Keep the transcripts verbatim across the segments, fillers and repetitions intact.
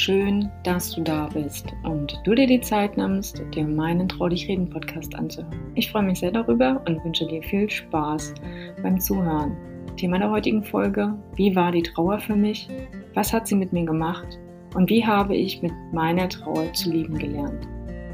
Schön, dass du da bist und du dir die Zeit nimmst, dir meinen Trau dich reden Podcast anzuhören. Ich freue mich sehr darüber und wünsche dir viel Spaß beim Zuhören. Thema der heutigen Folge: Wie war die Trauer für mich? Was hat sie mit mir gemacht? Und wie habe ich mit meiner Trauer zu leben gelernt?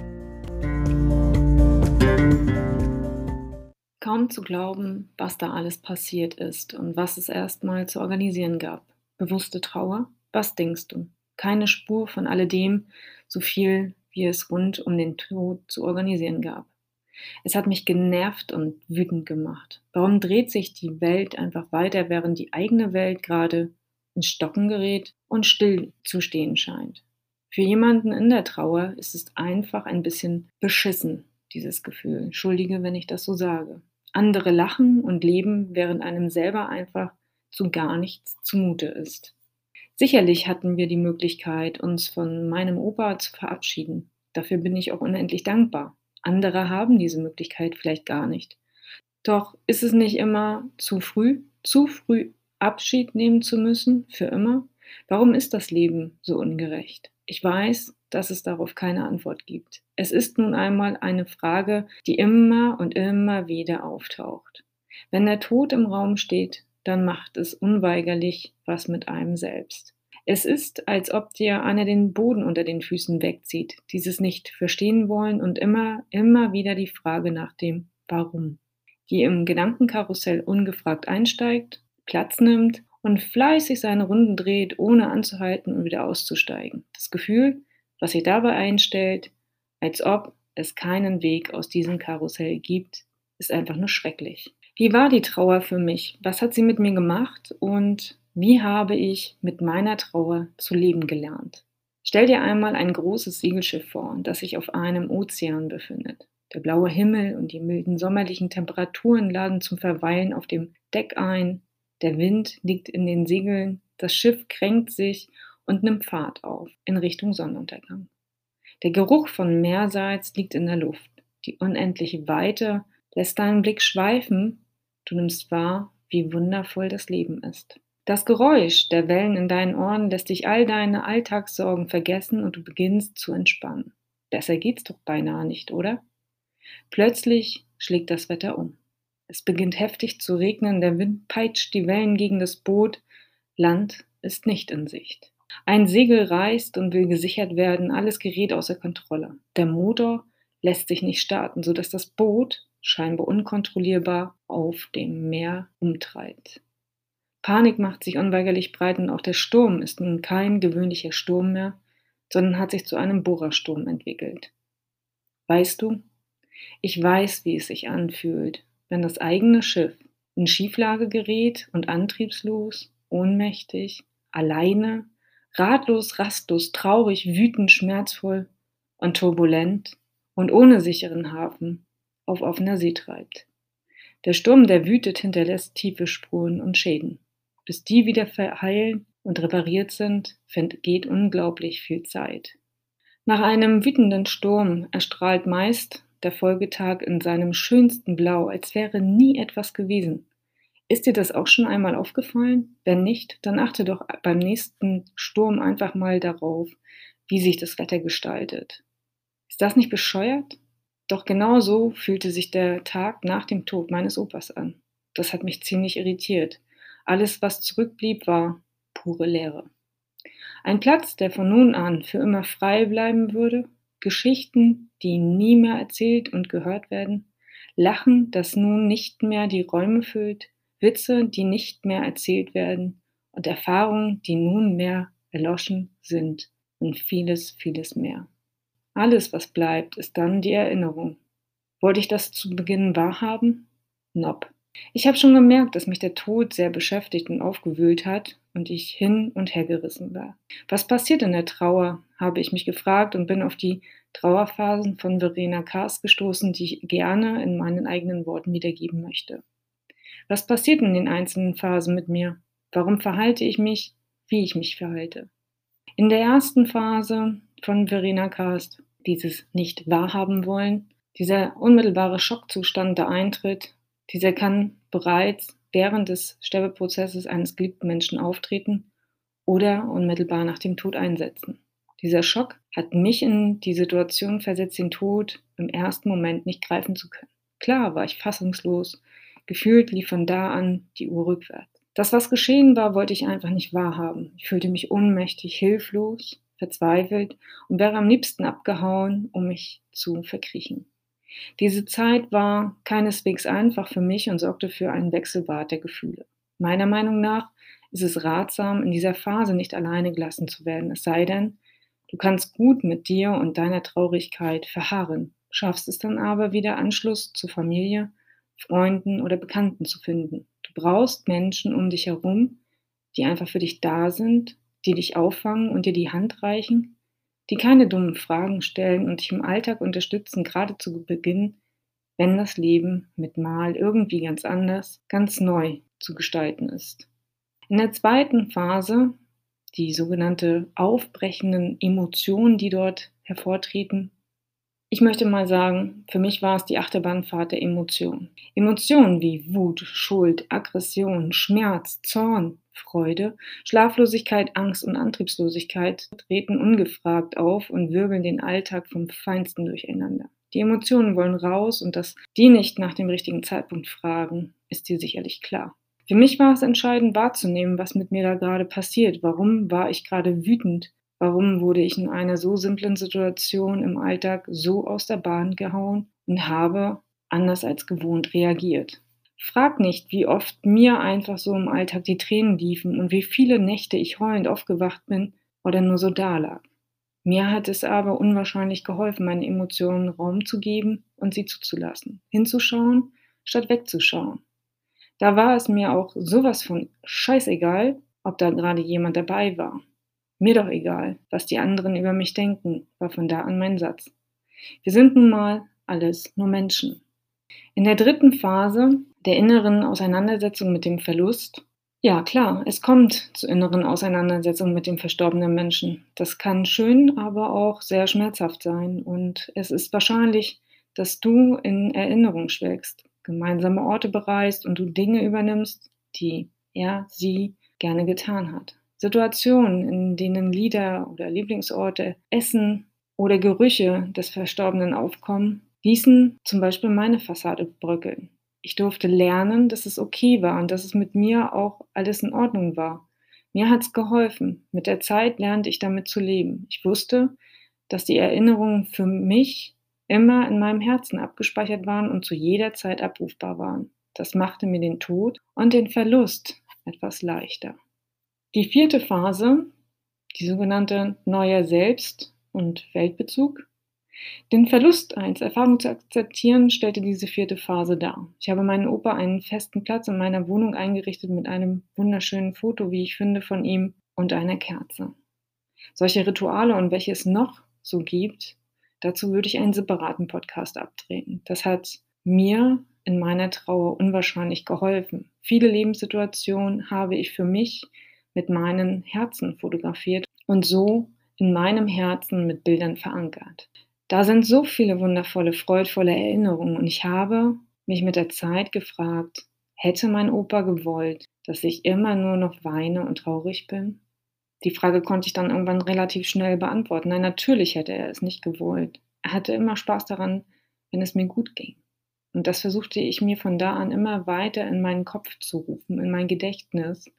Kaum zu glauben, was da alles passiert ist und was es erstmal zu organisieren gab. Bewusste Trauer? Was denkst du? Keine Spur von alledem, so viel wie es rund um den Tod zu organisieren gab. Es hat mich genervt und wütend gemacht. Warum dreht sich die Welt einfach weiter, während die eigene Welt gerade ins Stocken gerät und still zu stehen scheint? Für jemanden in der Trauer ist es einfach ein bisschen beschissen, dieses Gefühl. Entschuldige, wenn ich das so sage. Andere lachen und leben, während einem selber einfach zu gar nichts zumute ist. Sicherlich hatten wir die Möglichkeit, uns von meinem Opa zu verabschieden. Dafür bin ich auch unendlich dankbar. Andere haben diese Möglichkeit vielleicht gar nicht. Doch ist es nicht immer zu früh, zu früh Abschied nehmen zu müssen, für immer? Warum ist das Leben so ungerecht? Ich weiß, dass es darauf keine Antwort gibt. Es ist nun einmal eine Frage, die immer und immer wieder auftaucht. Wenn der Tod im Raum steht, dann macht es unweigerlich was mit einem selbst. Es ist, als ob dir einer den Boden unter den Füßen wegzieht, dieses nicht verstehen wollen und immer, immer wieder die Frage nach dem Warum, die im Gedankenkarussell ungefragt einsteigt, Platz nimmt und fleißig seine Runden dreht, ohne anzuhalten und wieder auszusteigen. Das Gefühl, was sich dabei einstellt, als ob es keinen Weg aus diesem Karussell gibt, ist einfach nur schrecklich. Wie war die Trauer für mich? Was hat sie mit mir gemacht? Und wie habe ich mit meiner Trauer zu leben gelernt? Stell dir einmal ein großes Segelschiff vor, das sich auf einem Ozean befindet. Der blaue Himmel und die milden sommerlichen Temperaturen laden zum Verweilen auf dem Deck ein. Der Wind liegt in den Segeln, das Schiff kränkt sich und nimmt Fahrt auf in Richtung Sonnenuntergang. Der Geruch von Meersalz liegt in der Luft. Die unendliche Weite lässt deinen Blick schweifen. Du nimmst wahr, wie wundervoll das Leben ist. Das Geräusch der Wellen in deinen Ohren lässt dich all deine Alltagssorgen vergessen und du beginnst zu entspannen. Besser geht's doch beinahe nicht, oder? Plötzlich schlägt das Wetter um. Es beginnt heftig zu regnen, der Wind peitscht die Wellen gegen das Boot. Land ist nicht in Sicht. Ein Segel reißt und will gesichert werden, alles gerät außer Kontrolle. Der Motor lässt sich nicht starten, sodass das Boot scheinbar unkontrollierbar auf dem Meer umtreibt. Panik macht sich unweigerlich breit und auch der Sturm ist nun kein gewöhnlicher Sturm mehr, sondern hat sich zu einem Bohrersturm entwickelt. Weißt du, ich weiß, wie es sich anfühlt, wenn das eigene Schiff in Schieflage gerät und antriebslos, ohnmächtig, alleine, ratlos, rastlos, traurig, wütend, schmerzvoll und turbulent und ohne sicheren Hafen auf offener See treibt. Der Sturm, der wütet, hinterlässt tiefe Spuren und Schäden. Bis die wieder verheilen und repariert sind, vergeht unglaublich viel Zeit. Nach einem wütenden Sturm erstrahlt meist der Folgetag in seinem schönsten Blau, als wäre nie etwas gewesen. Ist dir das auch schon einmal aufgefallen? Wenn nicht, dann achte doch beim nächsten Sturm einfach mal darauf, wie sich das Wetter gestaltet. Ist das nicht bescheuert? Doch genau so fühlte sich der Tag nach dem Tod meines Opas an. Das hat mich ziemlich irritiert. Alles, was zurückblieb, war pure Leere. Ein Platz, der von nun an für immer frei bleiben würde, Geschichten, die nie mehr erzählt und gehört werden, Lachen, das nun nicht mehr die Räume füllt, Witze, die nicht mehr erzählt werden und Erfahrungen, die nunmehr erloschen sind und vieles, vieles mehr. Alles, was bleibt, ist dann die Erinnerung. Wollte ich das zu Beginn wahrhaben? Nope. Ich habe schon gemerkt, dass mich der Tod sehr beschäftigt und aufgewühlt hat und ich hin und her gerissen war. Was passiert in der Trauer, habe ich mich gefragt und bin auf die Trauerphasen von Verena Kast gestoßen, die ich gerne in meinen eigenen Worten wiedergeben möchte. Was passiert in den einzelnen Phasen mit mir? Warum verhalte ich mich, wie ich mich verhalte? In der ersten Phase von Verena Kast, dieses nicht wahrhaben wollen, dieser unmittelbare Schockzustand, der eintritt, dieser kann bereits während des Sterbeprozesses eines geliebten Menschen auftreten oder unmittelbar nach dem Tod einsetzen. Dieser Schock hat mich in die Situation versetzt, den Tod im ersten Moment nicht greifen zu können. Klar war ich fassungslos. Gefühlt lief von da an die Uhr rückwärts. Das, was geschehen war, wollte ich einfach nicht wahrhaben. Ich fühlte mich ohnmächtig, hilflos, verzweifelt und wäre am liebsten abgehauen, um mich zu verkriechen. Diese Zeit war keineswegs einfach für mich und sorgte für einen Wechselbad der Gefühle. Meiner Meinung nach ist es ratsam, in dieser Phase nicht alleine gelassen zu werden, es sei denn, du kannst gut mit dir und deiner Traurigkeit verharren, schaffst es dann aber wieder Anschluss zu Familie, Freunden oder Bekannten zu finden. Du brauchst Menschen um dich herum, die einfach für dich da sind, die dich auffangen und dir die Hand reichen, die keine dummen Fragen stellen und dich im Alltag unterstützen, gerade zu Beginn, wenn das Leben mit Mal irgendwie ganz anders, ganz neu zu gestalten ist. In der zweiten Phase, die sogenannte aufbrechenden Emotionen, die dort hervortreten, ich möchte mal sagen, für mich war es die Achterbahnfahrt der Emotionen. Emotionen wie Wut, Schuld, Aggression, Schmerz, Zorn, Freude, Schlaflosigkeit, Angst und Antriebslosigkeit treten ungefragt auf und wirbeln den Alltag vom Feinsten durcheinander. Die Emotionen wollen raus und dass die nicht nach dem richtigen Zeitpunkt fragen, ist dir sicherlich klar. Für mich war es entscheidend wahrzunehmen, was mit mir da gerade passiert. Warum war ich gerade wütend? Warum wurde ich in einer so simplen Situation im Alltag so aus der Bahn gehauen und habe anders als gewohnt reagiert? Frag nicht, wie oft mir einfach so im Alltag die Tränen liefen und wie viele Nächte ich heulend aufgewacht bin oder nur so dalag. Mir hat es aber unwahrscheinlich geholfen, meinen Emotionen Raum zu geben und sie zuzulassen, hinzuschauen, statt wegzuschauen. Da war es mir auch sowas von scheißegal, ob da gerade jemand dabei war. Mir doch egal, was die anderen über mich denken, war von da an mein Satz. Wir sind nun mal alles nur Menschen. In der dritten Phase der inneren Auseinandersetzung mit dem Verlust, ja klar, es kommt zu inneren Auseinandersetzungen mit dem verstorbenen Menschen. Das kann schön, aber auch sehr schmerzhaft sein. Und es ist wahrscheinlich, dass du in Erinnerung schwelgst, gemeinsame Orte bereist und du Dinge übernimmst, die er, sie gerne getan hat. Situationen, in denen Lieder oder Lieblingsorte, Essen oder Gerüche des Verstorbenen aufkommen, ließen zum Beispiel meine Fassade bröckeln. Ich durfte lernen, dass es okay war und dass es mit mir auch alles in Ordnung war. Mir hat's geholfen. Mit der Zeit lernte ich damit zu leben. Ich wusste, dass die Erinnerungen für mich immer in meinem Herzen abgespeichert waren und zu jeder Zeit abrufbar waren. Das machte mir den Tod und den Verlust etwas leichter. Die vierte Phase, die sogenannte Neuer Selbst- und Weltbezug. Den Verlust als Erfahrung zu akzeptieren, stellte diese vierte Phase dar. Ich habe meinen Opa einen festen Platz in meiner Wohnung eingerichtet mit einem wunderschönen Foto, wie ich finde, von ihm und einer Kerze. Solche Rituale und welche es noch so gibt, dazu würde ich einen separaten Podcast abdrehen. Das hat mir in meiner Trauer unwahrscheinlich geholfen. Viele Lebenssituationen habe ich für mich mit meinen Herzen fotografiert und so in meinem Herzen mit Bildern verankert. Da sind so viele wundervolle, freudvolle Erinnerungen und ich habe mich mit der Zeit gefragt, hätte mein Opa gewollt, dass ich immer nur noch weine und traurig bin? Die Frage konnte ich dann irgendwann relativ schnell beantworten. Nein, natürlich hätte er es nicht gewollt. Er hatte immer Spaß daran, wenn es mir gut ging. Und das versuchte ich mir von da an immer weiter in meinen Kopf zu rufen, in mein Gedächtnis.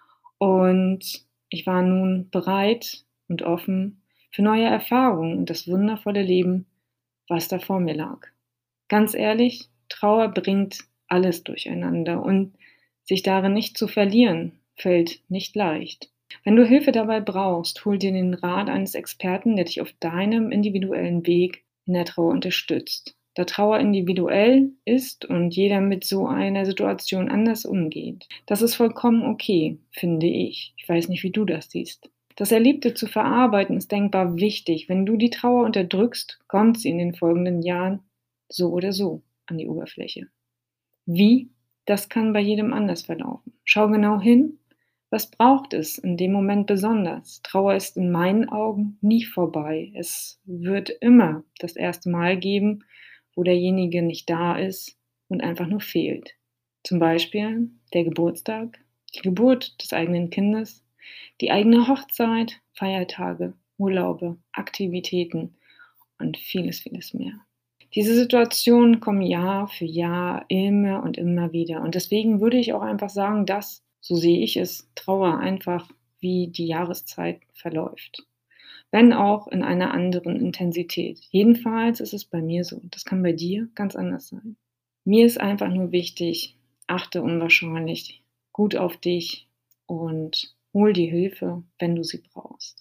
Und ich war nun bereit und offen für neue Erfahrungen und das wundervolle Leben, was da vor mir lag. Ganz ehrlich, Trauer bringt alles durcheinander und sich darin nicht zu verlieren, fällt nicht leicht. Wenn du Hilfe dabei brauchst, hol dir den Rat eines Experten, der dich auf deinem individuellen Weg in der Trauer unterstützt. Da Trauer individuell ist und jeder mit so einer Situation anders umgeht. Das ist vollkommen okay, finde ich. Ich weiß nicht, wie du das siehst. Das Erlebte zu verarbeiten ist denkbar wichtig. Wenn du die Trauer unterdrückst, kommt sie in den folgenden Jahren so oder so an die Oberfläche. Wie? Das kann bei jedem anders verlaufen. Schau genau hin. Was braucht es in dem Moment besonders? Trauer ist in meinen Augen nie vorbei. Es wird immer das erste Mal geben, wo derjenige nicht da ist und einfach nur fehlt. Zum Beispiel der Geburtstag, die Geburt des eigenen Kindes, die eigene Hochzeit, Feiertage Urlaube, Aktivitäten und vieles, vieles mehr. Diese Situationen kommen Jahr für Jahr immer und immer wieder. Und deswegen würde ich auch einfach sagen, dass, so sehe ich es, Trauer einfach wie die Jahreszeit verläuft. Wenn auch in einer anderen Intensität. Jedenfalls ist es bei mir so. Das kann bei dir ganz anders sein. Mir ist einfach nur wichtig, achte unwahrscheinlich gut auf dich und hol dir Hilfe, wenn du sie brauchst.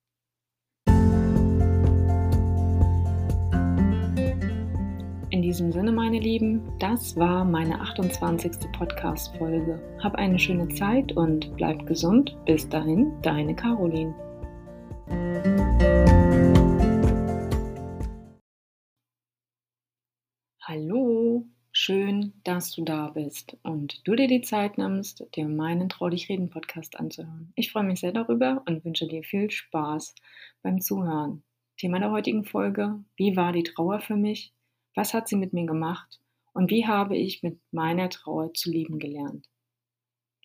In diesem Sinne, meine Lieben, das war meine achtundzwanzigste Podcast-Folge. Hab eine schöne Zeit und bleib gesund. Bis dahin, deine Caroline. Hallo, schön, dass du da bist und du dir die Zeit nimmst, dir meinen Trau dich reden Podcast anzuhören. Ich freue mich sehr darüber und wünsche dir viel Spaß beim Zuhören. Thema der heutigen Folge: Wie war die Trauer für mich? Was hat sie mit mir gemacht? Und wie habe ich mit meiner Trauer zu leben gelernt?